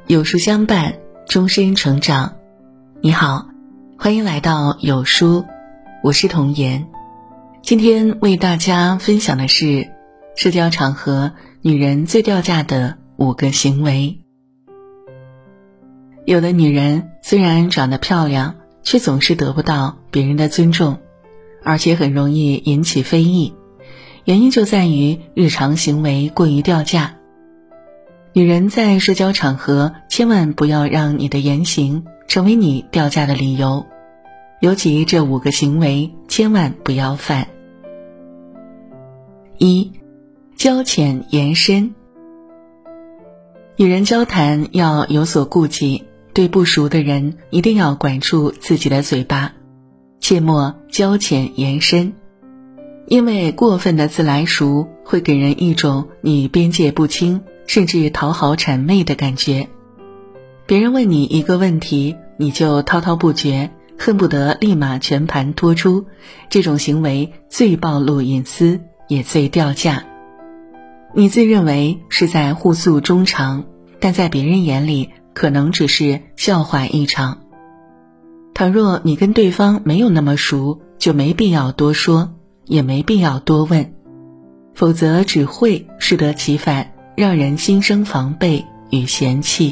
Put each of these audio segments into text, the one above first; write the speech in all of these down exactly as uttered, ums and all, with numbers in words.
有书相伴，终身成长。你好，欢迎来到有书，我是童言。今天为大家分享的是社交场合女人最掉价的五个行为。有的女人虽然长得漂亮，却总是得不到别人的尊重，而且很容易引起非议，原因就在于日常行为过于掉价。女人在社交场合千万不要让你的言行成为你掉价的理由，尤其这五个行为千万不要犯。一、交浅言深。与人交谈要有所顾忌，对不熟的人一定要管住自己的嘴巴，切莫交浅言深，因为过分的自来熟会给人一种你边界不清，甚至讨好谄媚的感觉。别人问你一个问题，你就滔滔不绝，恨不得立马全盘托出，这种行为最暴露隐私，也最掉价。你自认为是在互诉衷肠，但在别人眼里可能只是笑话一场。倘若你跟对方没有那么熟，就没必要多说，也没必要多问，否则只会适得其反，让人心生防备与嫌弃。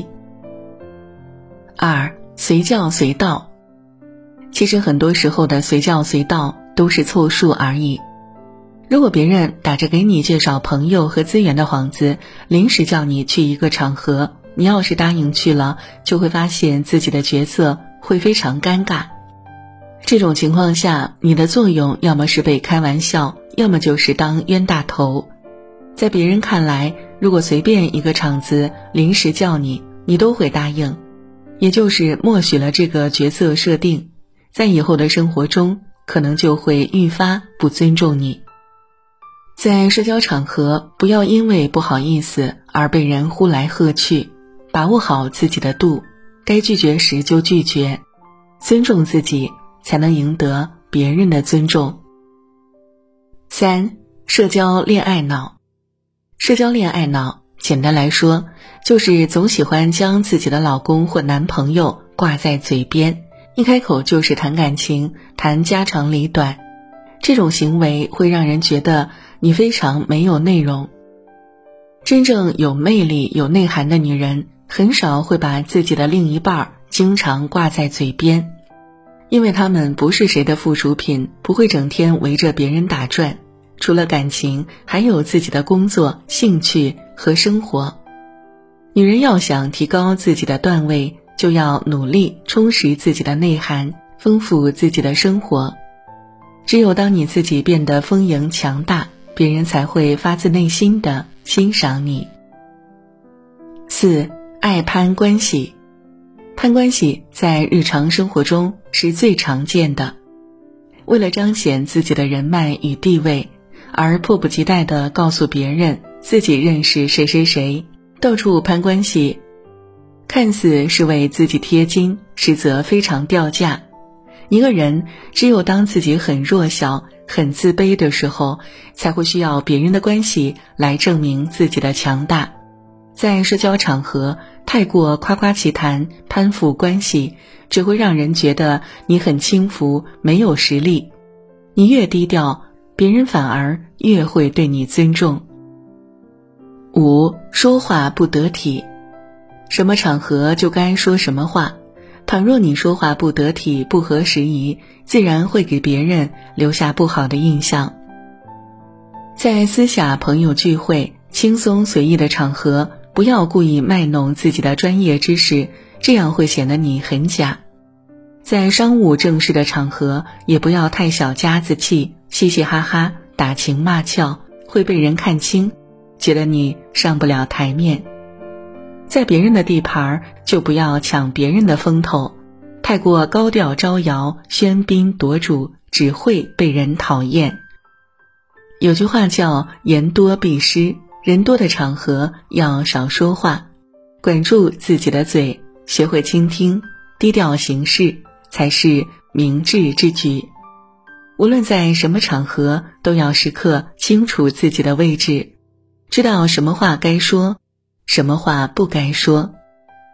二、随叫随到。其实很多时候的随叫随到都是凑数而已。如果别人打着给你介绍朋友和资源的幌子，临时叫你去一个场合，你要是答应去了，就会发现自己的角色会非常尴尬。这种情况下，你的作用要么是被开玩笑，要么就是当冤大头。在别人看来，如果随便一个场子临时叫你，你都会答应，也就是默许了这个角色设定，在以后的生活中可能就会愈发不尊重你。在社交场合，不要因为不好意思而被人呼来喝去，把握好自己的度，该拒绝时就拒绝，尊重自己，才能赢得别人的尊重。三、社交恋爱脑。社交恋爱脑简单来说，就是总喜欢将自己的老公或男朋友挂在嘴边，一开口就是谈感情，谈家长里短。这种行为会让人觉得你非常没有内容。真正有魅力有内涵的女人很少会把自己的另一半经常挂在嘴边，因为她们不是谁的附属品，不会整天围着别人打转，除了感情还有自己的工作、兴趣和生活。女人要想提高自己的段位，就要努力充实自己的内涵，丰富自己的生活。只有当你自己变得丰盈强大，别人才会发自内心地欣赏你。四、爱攀关系。攀关系在日常生活中是最常见的。为了彰显自己的人脉与地位，而迫不及待地告诉别人自己认识谁谁谁，到处攀关系，看似是为自己贴金，实则非常掉价。一个人只有当自己很弱小、很自卑的时候，才会需要别人的关系来证明自己的强大。在社交场合太过夸夸其谈、攀附关系，只会让人觉得你很轻浮，没有实力。你越低调，别人反而越会对你尊重。五、说话不得体。什么场合就该说什么话，倘若你说话不得体、不合时宜，自然会给别人留下不好的印象。在私下朋友聚会、轻松随意的场合，不要故意卖弄自己的专业知识，这样会显得你很假。在商务正式的场合，也不要太小家子气，嘻嘻哈哈、打情骂俏，会被人看清，觉得你上不了台面。在别人的地盘，就不要抢别人的风头，太过高调招摇、喧宾夺主，只会被人讨厌。有句话叫言多必失，人多的场合要少说话，管住自己的嘴，学会倾听，低调行事，才是明智之举。无论在什么场合，都要时刻清楚自己的位置，知道什么话该说，什么话不该说。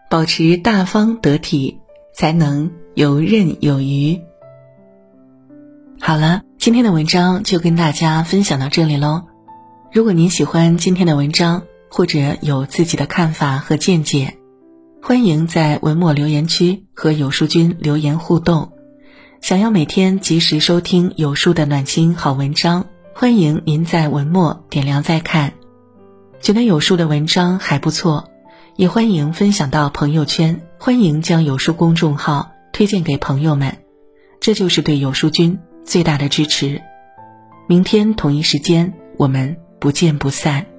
保持大方得体，才能游刃有余。好了，今天的文章就跟大家分享到这里咯。如果您喜欢今天的文章，或者有自己的看法和见解，欢迎在文末留言区和有书君留言互动。想要每天及时收听有书的暖心好文章，欢迎您在文末点亮再看。觉得有书的文章还不错，也欢迎分享到朋友圈，欢迎将有书公众号推荐给朋友们，这就是对有书君最大的支持。明天同一时间，我们不见不散。